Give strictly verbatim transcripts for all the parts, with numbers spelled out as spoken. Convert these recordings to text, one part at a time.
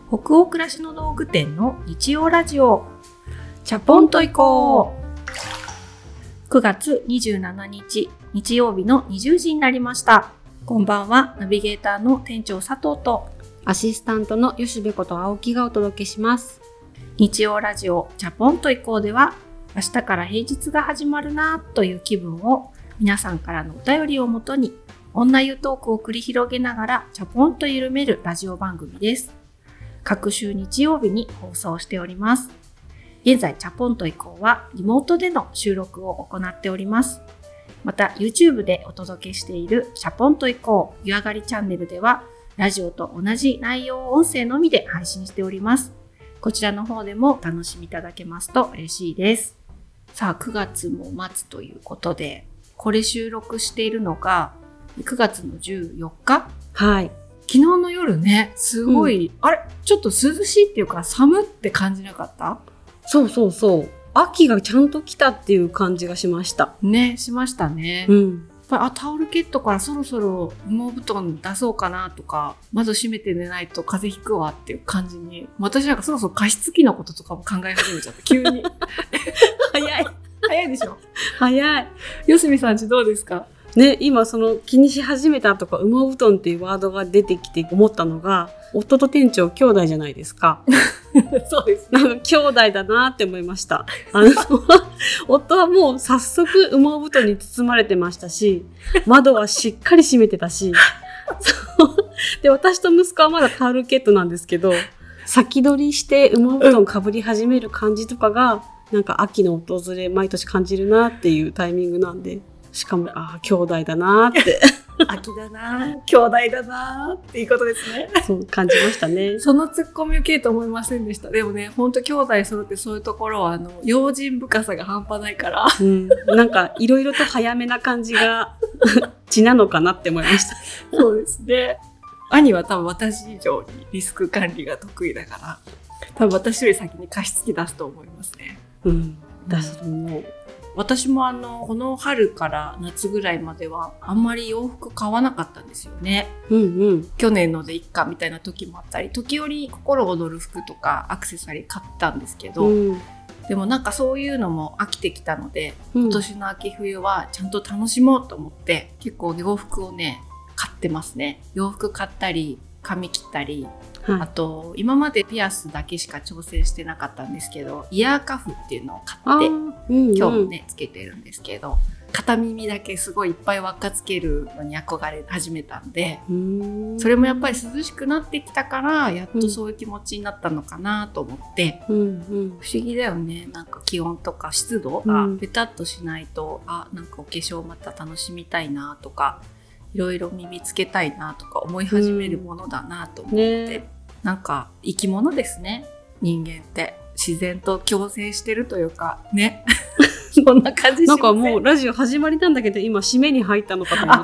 北欧暮らしの道具店の日曜ラジオ、チャポンと行こう。くがつにじゅうしちにち日曜日のにじゅうじになりました。こんばんは。ナビゲーターの店長佐藤とアシスタントの吉部こと青木がお届けします。 日曜ラジオチャポンと行こうでは、明日から平日が始まるなという気分を皆さんからのお便りをもとに女湯トークを繰り広げながらチャポンと緩めるラジオ番組です。各週日曜日に放送しております。現在チャポンと移行はリモートでの収録を行っております。また YouTube でお届けしているチャポンと移行湯上がりチャンネルではラジオと同じ内容を音声のみで配信しております。こちらの方でもお楽しみいただけますと嬉しいです。さあくがつも末ということで、これ収録しているのがくがつのじゅうよっか。 はい。 昨日の夜ね、すごい、うん、あれちょっと涼しいっていうか寒って感じなかった？ そうそうそう。秋がちゃんと来たっていう感じがしました。 ね、しましたね。 うん。 やっぱりあタオルケットからそろそろ羽毛布団出そうかなとか、窓閉めて寝ないと風邪ひくわっていう感じに、私なんかそろそろ加湿器のこととかも考え始めちゃった急に。早い早いでしょ。 早い。 よすみさんちどうですか？ ね、今その気にし始めたとか羽毛布団っていうワードが出てきて思ったのが、夫と店長兄弟じゃないですか。 そうです、 ね、なんか兄弟だなって思いました。あの夫はもう早速羽毛布団に包まれてましたし、窓はしっかり閉めてたし、そうで私と息子はまだタオルケットなんですけど、先取りして羽毛布団かぶり始める感じとかが、なんか秋の訪れ毎年感じるなっていうタイミングなんで、しかもああ兄弟だなって秋だな兄弟だなっていうことですね。 そう感じましたね。 そのツッコミ受けると思いませんでした。でもね、本当兄弟揃ってそういうところはあの用心深さが半端ないから、 うん、なんかいろいろと早めな感じが血なのかなって思いました。 そうですね。兄は多分私以上にリスク管理が得意だから、多分私より先に加湿器出すと思いますね。 うん、出すと思う。 私もあのこの春から夏ぐらいまではあんまり洋服買わなかったんですよね。 うんうん、 去年のでいっかみたいな時もあったり、時折心躍る服とかアクセサリー買ったんですけど、うん、でもなんかそういうのも飽きてきたので、うん、今年の秋冬はちゃんと楽しもうと思って結構洋服をね買ってますね。洋服買ったり髪切ったり、はい、あと今までピアスだけしか挑戦してなかったんですけど、イヤーカフっていうのを買って、うんうん、今日もねつけてるんですけど、片耳だけすごいいっぱい輪っかつけるのに憧れ始めたんで、んそれもやっぱり涼しくなってきたからやっとそういう気持ちになったのかなと思って、うんうん、不思議だよね。なんか気温とか湿度がペタッとしないと、うん、あなんかお化粧また楽しみたいなとか、いろいろ耳つけたいなとか思い始めるものだなと思って、うんね、なんか生き物ですね。人間って自然と共生してるというかね。そんな感じしません？ なんかもうラジオ始まりなんだけど今締めに入ったのかと思った。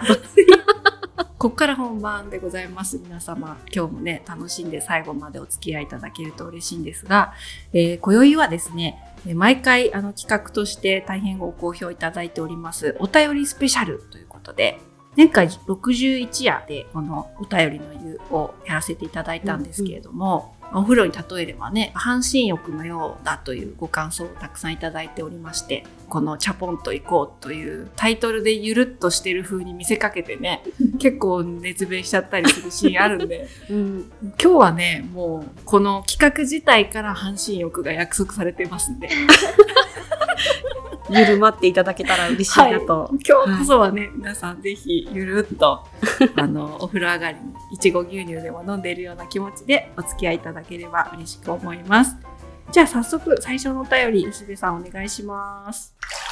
こっから本番でございます。皆様今日もね楽しんで最後までお付き合いいただけると嬉しいんですが、えー、今宵はですね毎回あの企画として大変ご好評いただいておりますお便りスペシャルということで、前回ろくじゅういち夜でこのお便りの湯をやらせていただいたんですけれども、うんうん、お風呂に例えればね半身浴のようだというご感想をたくさんいただいておりまして、このチャポンと行こうというタイトルでゆるっとしてる風に見せかけてね結構熱弁しちゃったりするシーンあるんで、うん、今日はねもうこの企画自体から半身浴が約束されてますんでゆるまっていただけたら嬉しいなと、 はい、今日こそはね、はい、皆さんぜひゆるっとあのお風呂上がりにいちご牛乳でも飲んでいるような気持ちでお付き合いいただければ嬉しく思います。じゃあ早速最初のお便り吉部さんお願いします。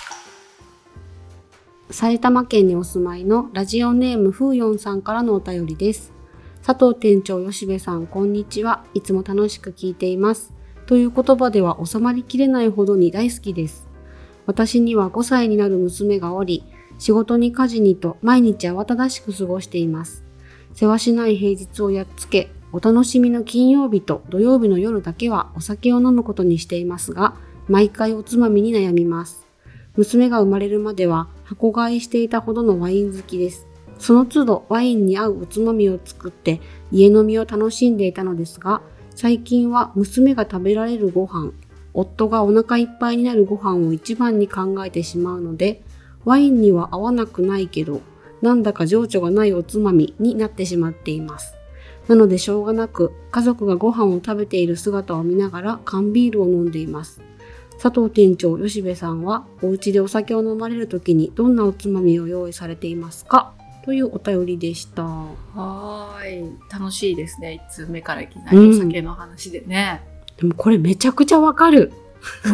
埼玉県にお住まいのラジオネームふうよんさんからのお便りです。佐藤店長吉部さんこんにちは。いつも楽しく聞いています。という言葉では収まりきれないほどに大好きです。私にはごさいになる娘がおり、仕事に家事にと毎日慌ただしく過ごしています。世話しない平日をやっつけ、お楽しみの金曜日と土曜日の夜だけはお酒を飲むことにしていますが、毎回おつまみに悩みます。娘が生まれるまでは箱買いしていたほどのワイン好きです。その都度ワインに合うおつまみを作って家飲みを楽しんでいたのですが、 最近は娘が食べられるご飯、夫がお腹いっぱいになるご飯を一番に考えてしまうので、ワインには合わなくないけど、なんだか情緒がないおつまみになってしまっています。なのでしょうがなく、家族がご飯を食べている姿を見ながら缶ビールを飲んでいます。佐藤店長、吉部さんはお家でお酒を飲まれるときにどんなおつまみを用意されていますか？というお便りでした。 はい、楽しいですね。いつつめからいきなりお酒の話でね。 うん、でもこれめちゃくちゃわかる。 うん、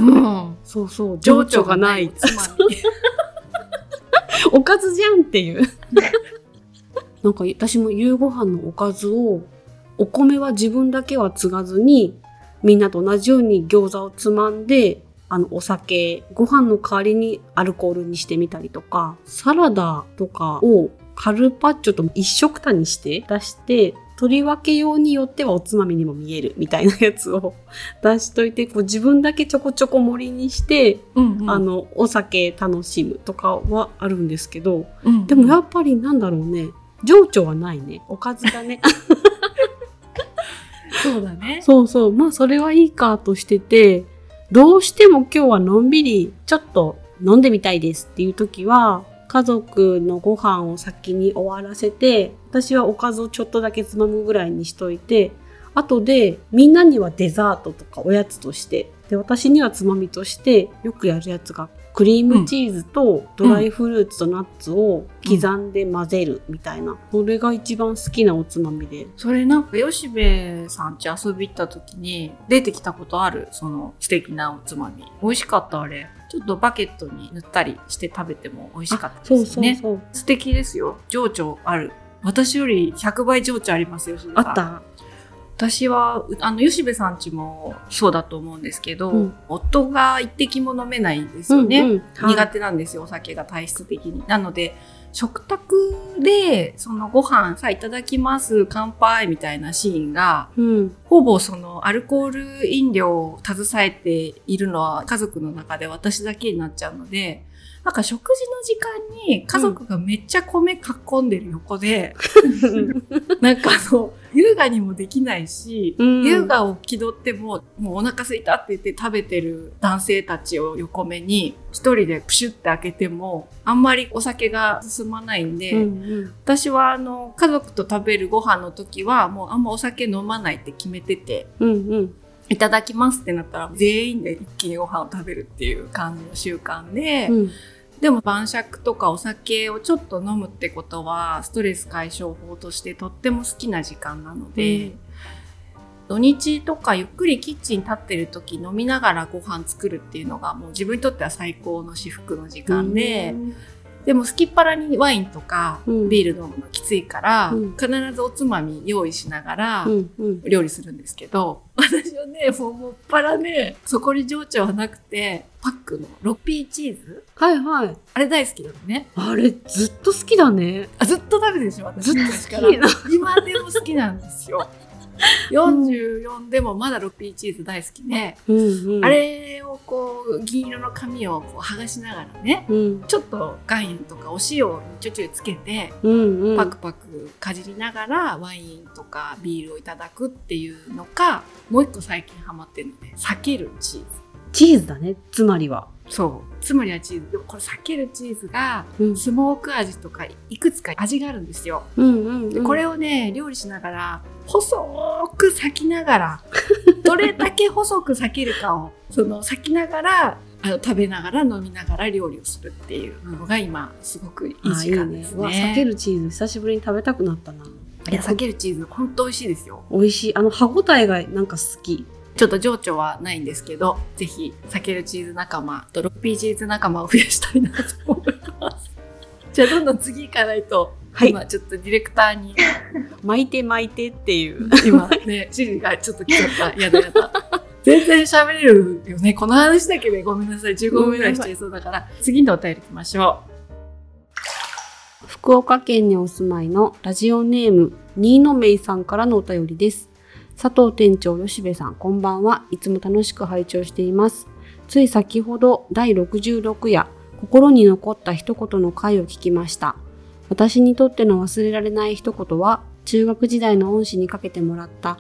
そうそう、情緒がないおつまみ。おかずじゃんっていう。なんか私も夕ご飯のおかずを、お米は自分だけは継がずに、みんなと同じように餃子をつまんで、あのお酒、ご飯の代わりにアルコールにしてみたりとか、サラダとかをカルパッチョと一緒くたにして出して、取り分けようによってはおつまみにも見えるみたいなやつを出しといて、こう自分だけちょこちょこ盛りにして、うんうん、あのお酒楽しむとかはあるんですけど、うんうん、でもやっぱりなんだろうね、情緒はないね、おかずだね。 そうだね。 そうそう、まあそれはいいかとしてて、どうしても今日はのんびりちょっと飲んでみたいですっていう時は、家族のご飯を先に終わらせて、私はおかずをちょっとだけつまむぐらいにしといて、後でみんなにはデザートとかおやつとして、で私にはつまみとしてよくやるやつがクリームチーズとドライフルーツとナッツを刻んで混ぜるみたいな、それが一番好きなおつまみで。 それなんか吉部さん家遊び行った時に出てきたことある、その素敵なおつまみ。美味しかった。あれちょっとバケットに塗ったりして食べても美味しかったですよね。そうそうそう、素敵ですよ。情緒ある。私よりひゃくばい情緒ありますよ。吉部さん。 あった。 私はあの吉部さん家もそうだと思うんですけど、うん、夫が一滴も飲めないんですよね、うんうん、はい、苦手なんですよ、お酒が体質的に。なので食卓でそのご飯さいただきます乾杯みたいなシーンが、うん、ほぼそのアルコール飲料を携えているのは家族の中で私だけになっちゃうので、なんか食事の時間に家族がめっちゃ米囲んでる横で、うん、なんかあの優雅にもできないし、うん、優雅を気取ってももうお腹空いたって言って食べてる男性たちを横目に一人でプシュって開けてもあんまりお酒が進まないんで、うんうん、私はあの家族と食べるご飯の時はもうあんまお酒飲まないって決めてて、うんうん、いただきますってなったら全員で一気にご飯を食べるっていう感じの習慣で、うん、でも晩酌とかお酒をちょっと飲むってことはストレス解消法としてとっても好きな時間なので、うん、土日とかゆっくりキッチン立ってる時飲みながらご飯作るっていうのがもう自分にとっては最高の至福の時間で、うん、でも好きっ腹にワインとかビール飲むのきついから、うん、必ずおつまみ用意しながら料理するんですけど、私はねもうもっぱらねそこに情緒はなくてパックのろっピーチーズ、 はいはい、 あれ大好きだね。 あれずっと好きだね。 あ、ずっと食べてるでしょ私。 ずっと好きな今でも好きなんですよ。よんじゅうよんでもまだろっピーチーズ大好きで、うんうん、あれをこう銀色の紙をこう剥がしながらね、うん、ちょっと岩塩とかお塩にちょちょいつけて、うんうん、パクパクかじりながらワインとかビールをいただくっていうのか、もう一個最近ハマってるので避けるチーズ。 チーズだね、つまりは。 そうつまりはチーズでも、これ避けるチーズがスモーク味とかいくつか味があるんですよ、うんうんうん、でこれをね料理しながら細く裂きながらどれだけ細く裂けるかをその裂きながらあの食べながら飲みながら料理をするっていうのが今すごくいい時間ですね。 裂けるチーズ久しぶりに食べたくなったな。 いや裂けるチーズ本当美味しいですよ。 美味しい。あの歯ごたえがなんか好き。 ちょっと情緒はないんですけど、ぜひ避けるチーズ仲間とろっピーチーズ仲間を増やしたいなと思いますじゃあどんどん次行かないと、はい、今ちょっとディレクターに巻いて巻いてっていう今ね指示がちょっと来ちゃった。やだやだ全然喋れるよねこの話だけで。ごめんなさいじゅうごふんぐらいしちゃいそうだから、次のお便り行きましょう。福岡県にお住まいのラジオネーム新野めいさんからのお便りです。佐藤店長、吉部さん、こんばんは。いつも楽しく拝聴しています。つい先ほどだいろくじゅうろく夜、心に残った一言の回を聞きました。私にとっての忘れられない一言は、中学時代の恩師にかけてもらった、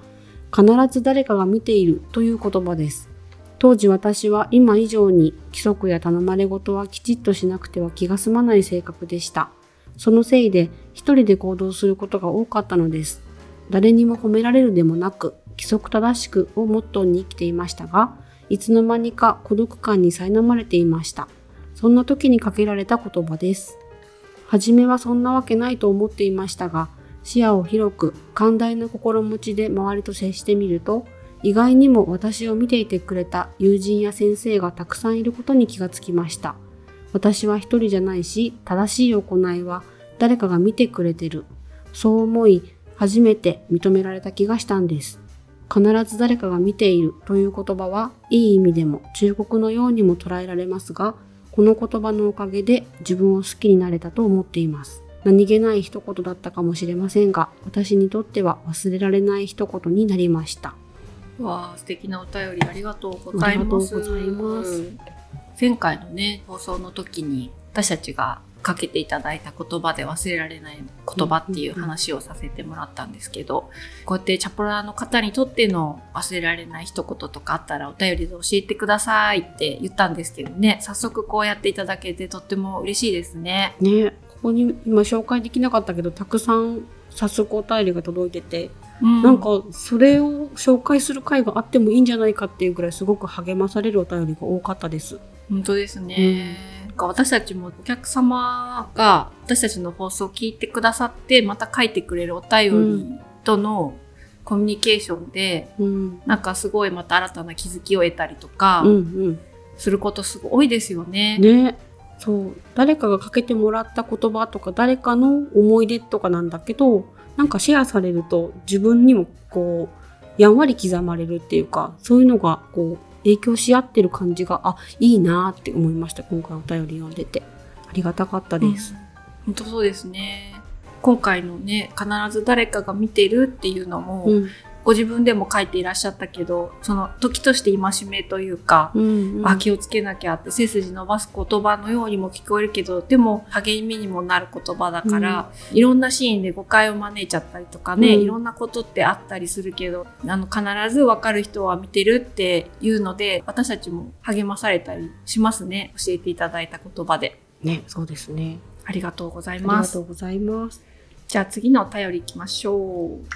必ず誰かが見ているという言葉です。当時私は今以上に規則や頼まれ事はきちっとしなくては気が済まない性格でした。そのせいで一人で行動することが多かったのです。誰にも褒められるでもなく、規則正しくをモットーに生きていましたが、いつの間にか孤独感に苛まれていました。そんな時にかけられた言葉です。はじめはそんなわけないと思っていましたが、視野を広く寛大な心持ちで周りと接してみると、意外にも私を見ていてくれた友人や先生がたくさんいることに気がつきました。私は一人じゃないし、正しい行いは誰かが見てくれてる。そう思い、初めて認められた気がしたんです。必ず誰かが見ているという言葉はいい意味でも忠告のようにも捉えられますが、この言葉のおかげで自分を好きになれたと思っています。何気ない一言だったかもしれませんが、私にとっては忘れられない一言になりました。 わあ、素敵なお便りありがとうございます。ありがとうございます。前回のね、放送の時に私たちがかけていただいた言葉で忘れられない言葉っていう話をさせてもらったんですけど、こうやってチャポラーの方にとっての忘れられない一言とかあったらお便りで教えてくださいって言ったんですけどね、早速こうやっていただけてとっても嬉しいですね。 ね、ここに今紹介できなかったけど、たくさん早速お便りが届いてて、うん、なんかそれを紹介する回があってもいいんじゃないかっていうぐらいすごく励まされるお便りが多かったです。 本当ですね、うん、なんか私たちもお客様が私たちの放送を聞いてくださってまた書いてくれるお便りとのコミュニケーションで、うん、なんかすごいまた新たな気づきを得たりとかすることすごい多いですよね。 ね、そう、誰かがかけてもらった言葉とか誰かの思い出とかなんだけど、なんかシェアされると自分にもこうやんわり刻まれるっていうか、そういうのがこう影響し合ってる感じが、あ、いいなって思いました。今回お便り読んでてありがたかったです。 うん、本当そうですね。今回のね、必ず誰かが見てるっていうのも、うん、ご自分でも書いていらっしゃったけど、その時として戒めというか、うんうん、あ、気をつけなきゃって背筋伸ばす言葉のようにも聞こえるけど、でも励みにもなる言葉だから、うん、いろんなシーンで誤解を招いちゃったりとかね、うん、いろんなことってあったりするけど、あの必ず分かる人は見てるっていうので、私たちも励まされたりしますね。教えていただいた言葉で。 ね、そうですね。 ありがとうございます。 ありがとうございます。 じゃあ次のお便り行きましょう。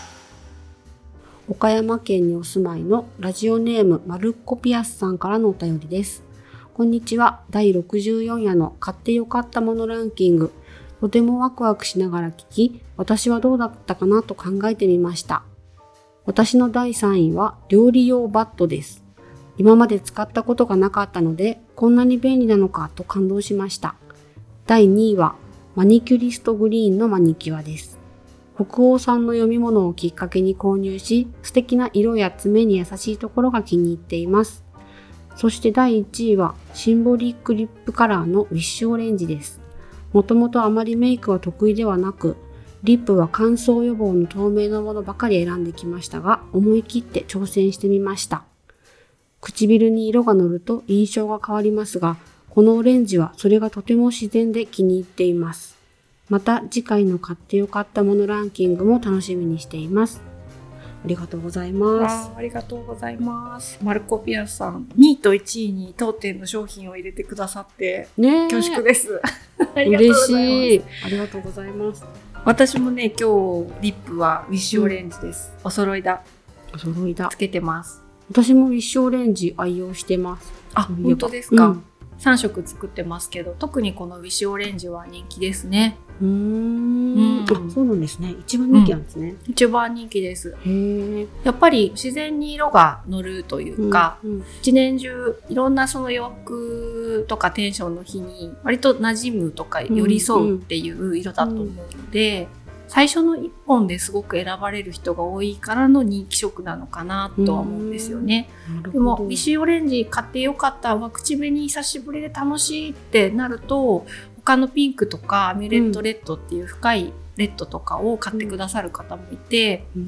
岡山県にお住まいのラジオネームマルッコピアスさんからのお便りです。こんにちは。だいろくじゅうよん夜の買ってよかったものランキング。とてもワクワクしながら聞き、私はどうだったかなと考えてみました。私のだいさんいは料理用バットです。今まで使ったことがなかったので、こんなに便利なのかと感動しました。だいにいはマニキュリストグリーンのマニキュアです。北欧さんの読み物をきっかけに購入し、素敵な色や爪に優しいところが気に入っています。そしてだいいちいはシンボリックリップカラーのウィッシュオレンジです。もともとあまりメイクは得意ではなく、リップは乾燥予防の透明なものばかり選んできましたが、思い切って挑戦してみました。唇に色が乗ると印象が変わりますが、このオレンジはそれがとても自然で気に入っています。また次回の買ってよかったものランキングも楽しみにしています。ありがとうございます。 あ, ありがとうございます。マルコピアさん、にいといちいに当店の商品を入れてくださって恐縮です。 嬉しい。ありがとうございます。 私もね、今日リップはウィッシュオレンジです。うん、お揃いだ。 お揃いだ。 つけてます。 私もウィッシュオレンジ愛用してます。 あ、本当ですか。うん、さんしょく作ってますけど、特にこのウィッシュオレンジは人気ですね。 うーん、うん、あ、そうなんですね。一番人気なんですね。 うん、一番人気です。 へー。 やっぱり自然に色が乗るというか、うんうん、一年中いろんなその洋服とかテンションの日に割と馴染むとか寄り添うっていう色だと思うので、うんうん、最初の一本ですごく選ばれる人が多いからの人気色なのかなとは思うんですよね。でもウィッシュオレンジ買ってよかった、口紅久しぶりで楽しいってなると、他のピンクとかミュレットレッドっていう深いレッドとかを買ってくださる方もいて、うん、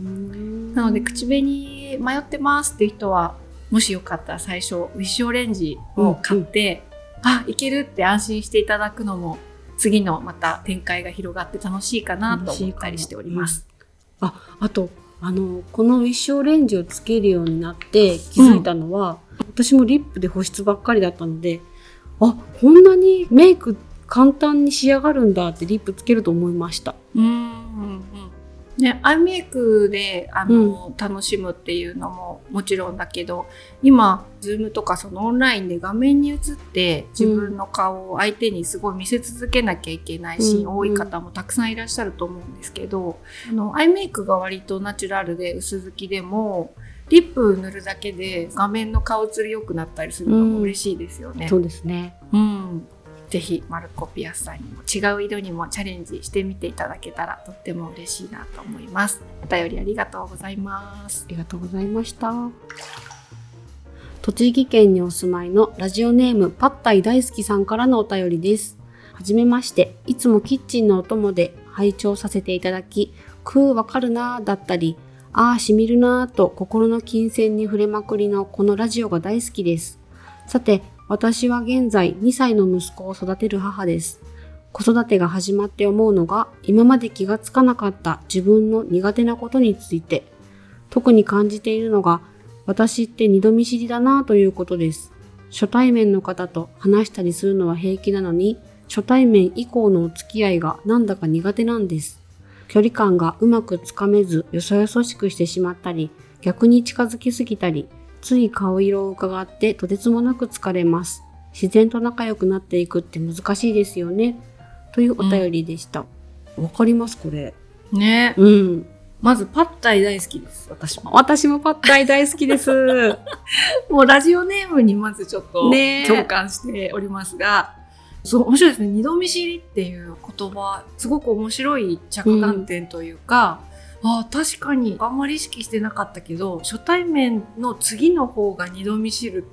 なので口紅迷ってますっていう人は、もしよかったら最初ウィッシュオレンジを買って、うんうん、あ、いけるって安心していただくのも次のまた展開が広がって楽しいかなと思ったりしております。 うん、あ、あとあのこのウィッシュオレンジをつけるようになって気づいたのは、うん、私もリップで保湿ばっかりだったので、あ、こんなにメイク簡単に仕上がるんだってリップつけると思いました。 うんうんうんね、アイメイクであの、うん、楽しむっていうのももちろんだけど、今 Zoom とかそのオンラインで画面に映って自分の顔を相手にすごい見せ続けなきゃいけないシーン多い方もたくさんいらっしゃると思うんですけど、あのアイメイクが割とナチュラルで薄付きでもリップ塗るだけで画面の顔写り良くなったりするのも嬉しいですよね。 うん、そうですね。 うん、ぜひマルコピアスさんにも違う色にもチャレンジしてみていただけたらとっても嬉しいなと思います。お便りありがとうございます。 ありがとうございました。栃木県にお住まいのラジオネームパッタイ大好きさんからのお便りです。はじめまして。いつもキッチンのお供で拝聴させていただき、くーわかるなーだったり、あーしみるなーと心の金銭に触れまくりのこのラジオが大好きです。さて、私は現在にさいの息子を育てる母です。子育てが始まって思うのが、今まで気がつかなかった自分の苦手なことについて、特に感じているのが、私って二度見知りだなということです。初対面の方と話したりするのは平気なのに、初対面以降のお付き合いがなんだか苦手なんです。距離感がうまくつかめず、よそよそしくしてしまったり、逆に近づきすぎたり、つい顔色を伺ってとてつもなく疲れます。自然と仲良くなっていくって難しいですよね。というお便りでした。わ、うん、かりますこれ。 ね。 うん。 まずパッタイ大好きです。私も。 私もパッタイ大好きです。 もうラジオネームにまずちょっと共感しておりますが、そう面白いですね。二度見知りっていう言葉、すごく面白い着眼点というか、うん、あ確かにあんまり意識してなかったけど、初対面の次の方が二度見知るって、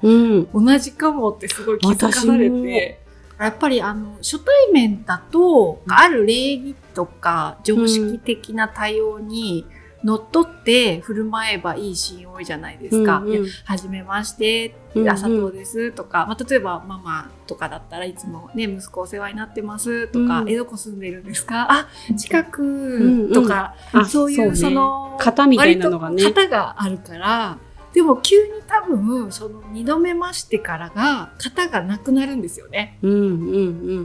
うん、同じかもってすごい気づかされて、やっぱりあの初対面だと、うん、ある礼儀とか常識的な対応に乗っ取って振る舞えばいいシーン多いじゃないですか。うんうん、はじめまして、朝藤ですとか、まあ、例えばママとかだったらいつもね息子お世話になってますとか、うん、えどこ住んでるんですか、あ近くとか、うんうん、そういうその型みたいなのがね割と型があるから、でも急に多分その二度目ましてからが型がなくなるんですよね。 うんうんうん、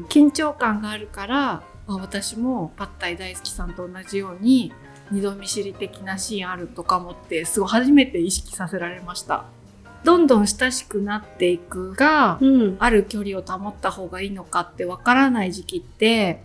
緊張感があるから、あ私もパッタイ大好きさんと同じように二度見知り的なシーンあるとかもってすごい初めて意識させられました。どんどん親しくなっていくが、うん、ある距離を保った方がいいのかってわからない時期って、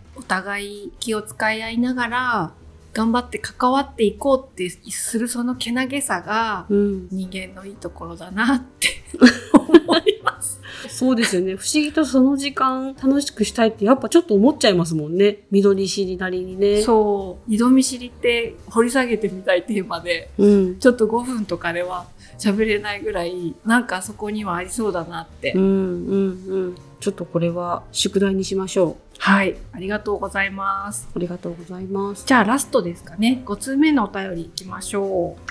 お互い気を使い合いながら頑張って関わっていこうってするそのけなげさが、うん、人間のいいところだなって思います。 そうですよね。不思議とその時間楽しくしたいってやっぱちょっと思っちゃいますもんね。緑知りなりにね。 そう。二度見知りって掘り下げてみたいテーマで、うん、ちょっとごふんとかでは喋れないぐらいなんかそこにはありそうだなって。 うんうんうん。ちょっとこれは宿題にしましょう。 はい。ありがとうございます。 ありがとうございます。 じゃあラストですかね。ごつうめのお便りいきましょう。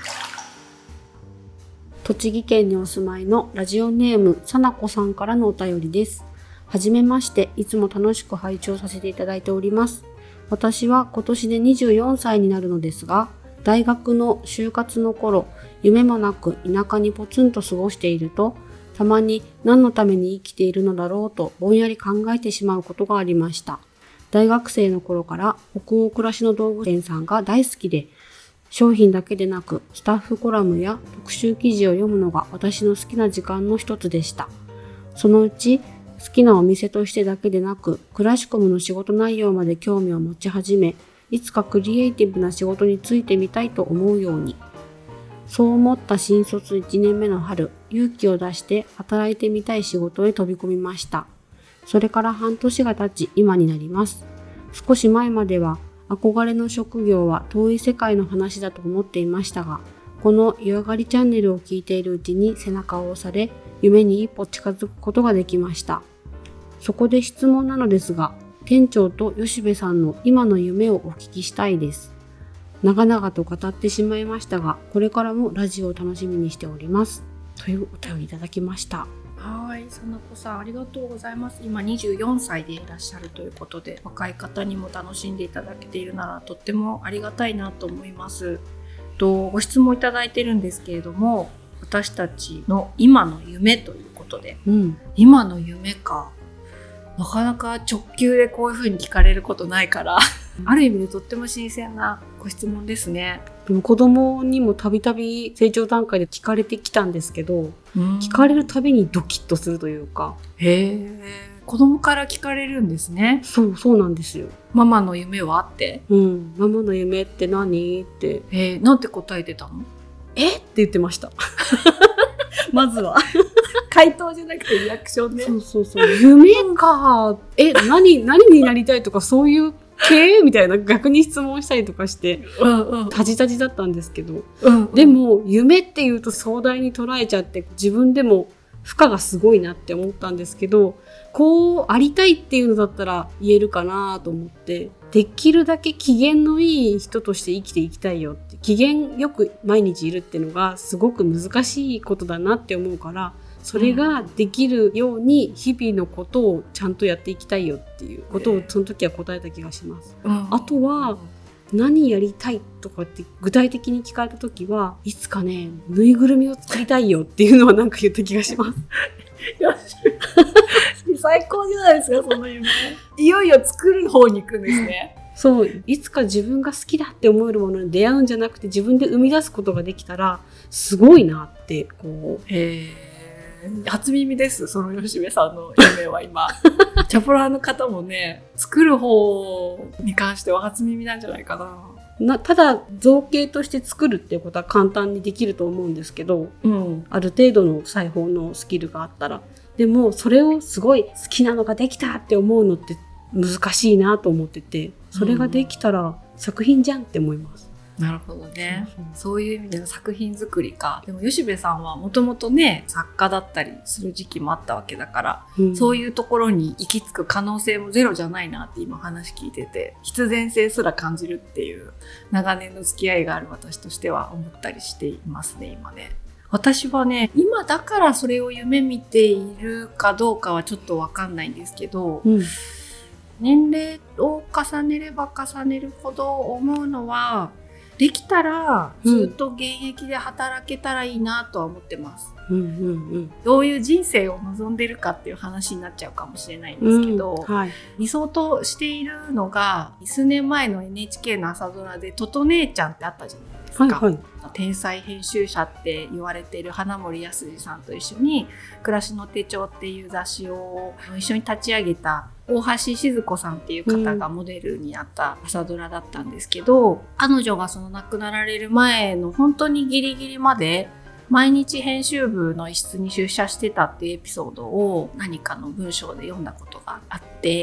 栃木県にお住まいのラジオネームさなこさんからのお便りです。はじめまして、いつも楽しく拝聴させていただいております。私は今年でにじゅうよんさいになるのですが、大学の就活の頃、夢もなく田舎にポツンと過ごしていると、たまに何のために生きているのだろうとぼんやり考えてしまうことがありました。大学生の頃から北欧暮らしの道具店さんが大好きで、商品だけでなくスタッフコラムや特集記事を読むのが私の好きな時間の一つでした。そのうち好きなお店としてだけでなくクラシコムの仕事内容まで興味を持ち始め、いつかクリエイティブな仕事に就いてみたいと思うように。そう思った新卒いちねんめの春、勇気を出して働いてみたい仕事へ飛び込みました。それから半年が経ち今になります。少し前までは憧れの職業は遠い世界の話だと思っていましたが、この湯上がりチャンネルを聞いているうちに背中を押され、夢に一歩近づくことができました。そこで質問なのですが、店長と吉部さんの今の夢をお聞きしたいです。長々と語ってしまいましたが、これからもラジオを楽しみにしております。というお便りいただきました。 はい、さなこさんありがとうございます。今にじゅうよんさいでいらっしゃるということで、若い方にも楽しんでいただけているならとってもありがたいなと思います。 とご質問いただいてるんですけれども、私たちの今の夢ということで、うん、今の夢か、なかなか直球でこういう風に聞かれることないからある意味でとっても新鮮なご質問ですね。 でも子供にもたびたび成長段階で聞かれてきたんですけど、うん、聞かれるたびにドキッとするというか。 へー、子供から聞かれるんですね。 そうそうなんですよ。 ママの夢はって、 うん、ママの夢って何って、 えー、なんて答えてたの？ えって言ってましたまずは回答じゃなくてリアクションね。 そうそうそう、夢か、え、何何になりたいとかそういう系みたいな逆に質問したりとかして、うんうん、タジタジだったんですけど、うんうん、でも夢っていうと壮大に捉えちゃって自分でも負荷がすごいなって思ったんですけど、こうありたいっていうのだったら言えるかなと思って、できるだけ機嫌のいい人として生きていきたいよって、機嫌よく毎日いるっていうのがすごく難しいことだなって思うから、それができるように日々のことをちゃんとやっていきたいよっていうことをその時は答えた気がします、うん、あとは何やりたいとかって具体的に聞かれた時は、いつかねぬいぐるみを作りたいよっていうのはなんか言った気がしますよし最高じゃないですか、その夢いよいよ作る方に行くんですねそう、いつか自分が好きだって思えるものに出会うんじゃなくて、自分で生み出すことができたらすごいなってこう。 へー、初耳です、その吉部さんの夢は今チャポラーの方もね、作る方に関しては初耳なんじゃないかな。 なただ造形として作るっていうことは簡単にできると思うんですけど、うん、ある程度の裁縫のスキルがあったら。でもそれをすごい好きなのができたって思うのって難しいなと思ってて、それができたら作品じゃんって思います。 なるほどね、そうそう、そういう意味での作品作りか。でも吉部さんはもともとね作家だったりする時期もあったわけだから、うん、そういうところに行き着く可能性もゼロじゃないなって今話聞いてて、必然性すら感じるっていう長年の付き合いがある私としては思ったりしていますね今ね。私はね、今だからそれを夢見ているかどうかはちょっと分かんないんですけど、うん、年齢を重ねれば重ねるほど思うのは、できたらずっと現役で働けたらいいなとは思ってます、うんうんうん、どういう人生を望んでるかっていう話になっちゃうかもしれないんですけど、うん、はい、理想としているのが数年前の エヌエイチケー の朝ドラでトト姉ちゃんってあったじゃないですか、はいはい、天才編集者って言われている花森康二さんと一緒に暮らしの手帳っていう雑誌を一緒に立ち上げた大橋静子さんっていう方がモデルになった朝ドラだったんですけど、うん、彼女がその亡くなられる前の本当にギリギリまで毎日編集部の一室に出社してたっていうエピソードを何かの文章で読んだことがあって、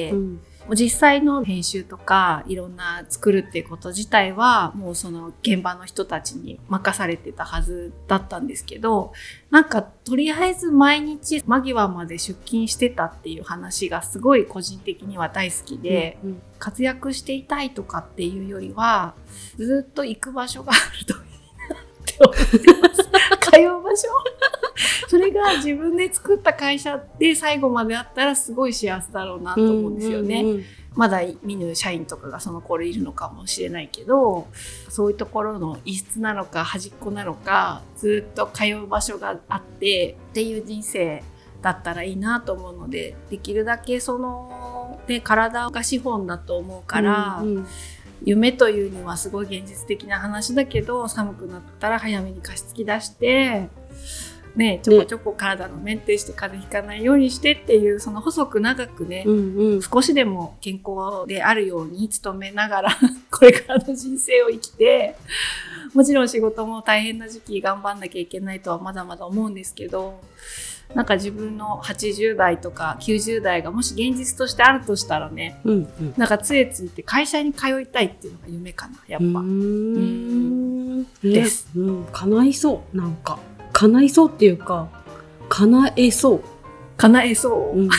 うん、実際の編集とかいろんな作るっていうこと自体はもうその現場の人たちに任されてたはずだったんですけど、なんかとりあえず毎日間際まで出勤してたっていう話がすごい個人的には大好きで、うんうん、活躍していたいとかっていうよりはずっと行く場所があるといいなって思ってます通う場所それが自分で作った会社で最後まであったらすごい幸せだろうなと思うんですよね、うんうんうん、まだ見ぬ社員とかがその頃いるのかもしれないけど、そういうところの一室なのか端っこなのかずっと通う場所があってっていう人生だったらいいなと思うので、できるだけそので体が資本だと思うから、うんうん、夢というにはすごい現実的な話だけど、寒くなったら早めに加湿器出してね、ちょこちょこ体のメンテして風邪ひかないようにしてっていう、その細く長くね、うんうん、少しでも健康であるように努めながらこれからの人生を生きて、もちろん仕事も大変な時期頑張んなきゃいけないとはまだまだ思うんですけど、なんか自分のはちじゅう代とかきゅうじゅう代がもし現実としてあるとしたらね、うんうん、なんか杖ついて会社に通いたいっていうのが夢かな、やっぱ。うーんです、うん、叶いそう、なんか叶いそうっていうか叶えそう叶えそう、うん、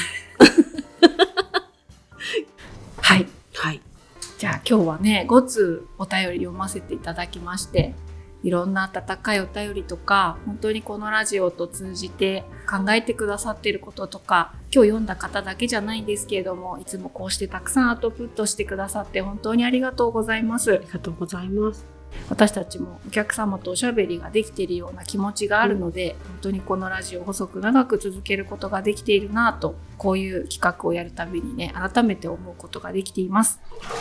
はいはい。じゃあ今日はねご通お便り読ませていただきまして、いろんな温かいお便りとか、本当にこのラジオと通じて考えてくださっていることとか、今日読んだ方だけじゃないんですけれども、いつもこうしてたくさんアウトプットしてくださって本当にありがとうございます。 ありがとうございます。 私たちもお客様とおしゃべりができているような気持ちがあるので、うん、本当にこのラジオを細く長く続けることができているなと、こういう企画をやるたびにね、改めて思うことができています。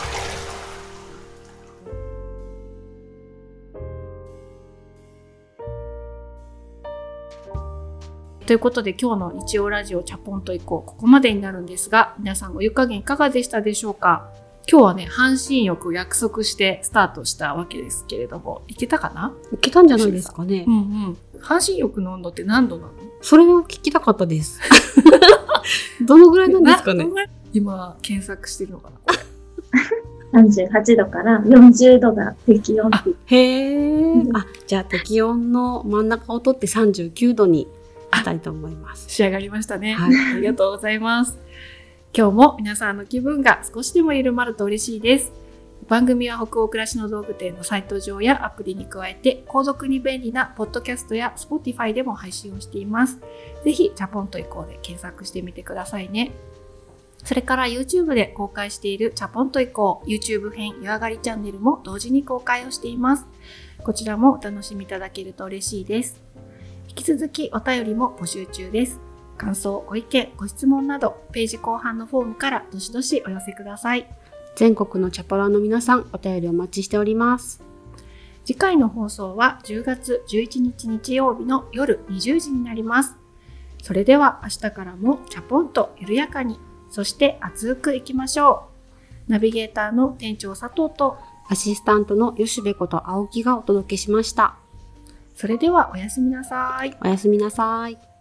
ということで今日の日曜ラジオチャポンといこう、ここまでになるんですが、皆さんお湯加減いかがでしたでしょうか。今日はね、半身浴を約束してスタートしたわけですけれども、いけたかな？ いけたんじゃないですかね。 うんうん。半身浴の温度って何度なの？ それを聞きたかったです。どのぐらいなんですかね。 今検索してるのかな。 さんじゅうはちどからよんじゅうどが適温。 へー。あ、じゃあ適温の真ん中を取ってさんじゅうきゅうどにしたいと思います。 仕上がりましたね。はい、ありがとうございます。今日も皆さんの気分が少しでも緩まると嬉しいです。番組は北欧暮らしの道具店のサイト上やアプリに加えて、購読に便利なポッドキャストや Spotify でも配信をしています。ぜひチャポンといこうで検索してみてくださいね。それから YouTube で公開しているチャポンといこう YouTube 編湯上がりチャンネルも同時に公開をしています。こちらもお楽しみいただけると嬉しいです。引き続きお便りも募集中です。感想、ご意見、ご質問などページ後半のフォームからどしどしお寄せください。 全国のチャポラーの皆さん、お便りお待ちしております。 次回の放送はじゅうがつじゅういちにち日曜日の夜にじゅうじになります。それでは明日からもチャポンと緩やかに、そして熱くいきましょう。ナビゲーターの店長佐藤とアシスタントの吉部こと青木がお届けしました。 それではおやすみなさい。 おやすみなさい。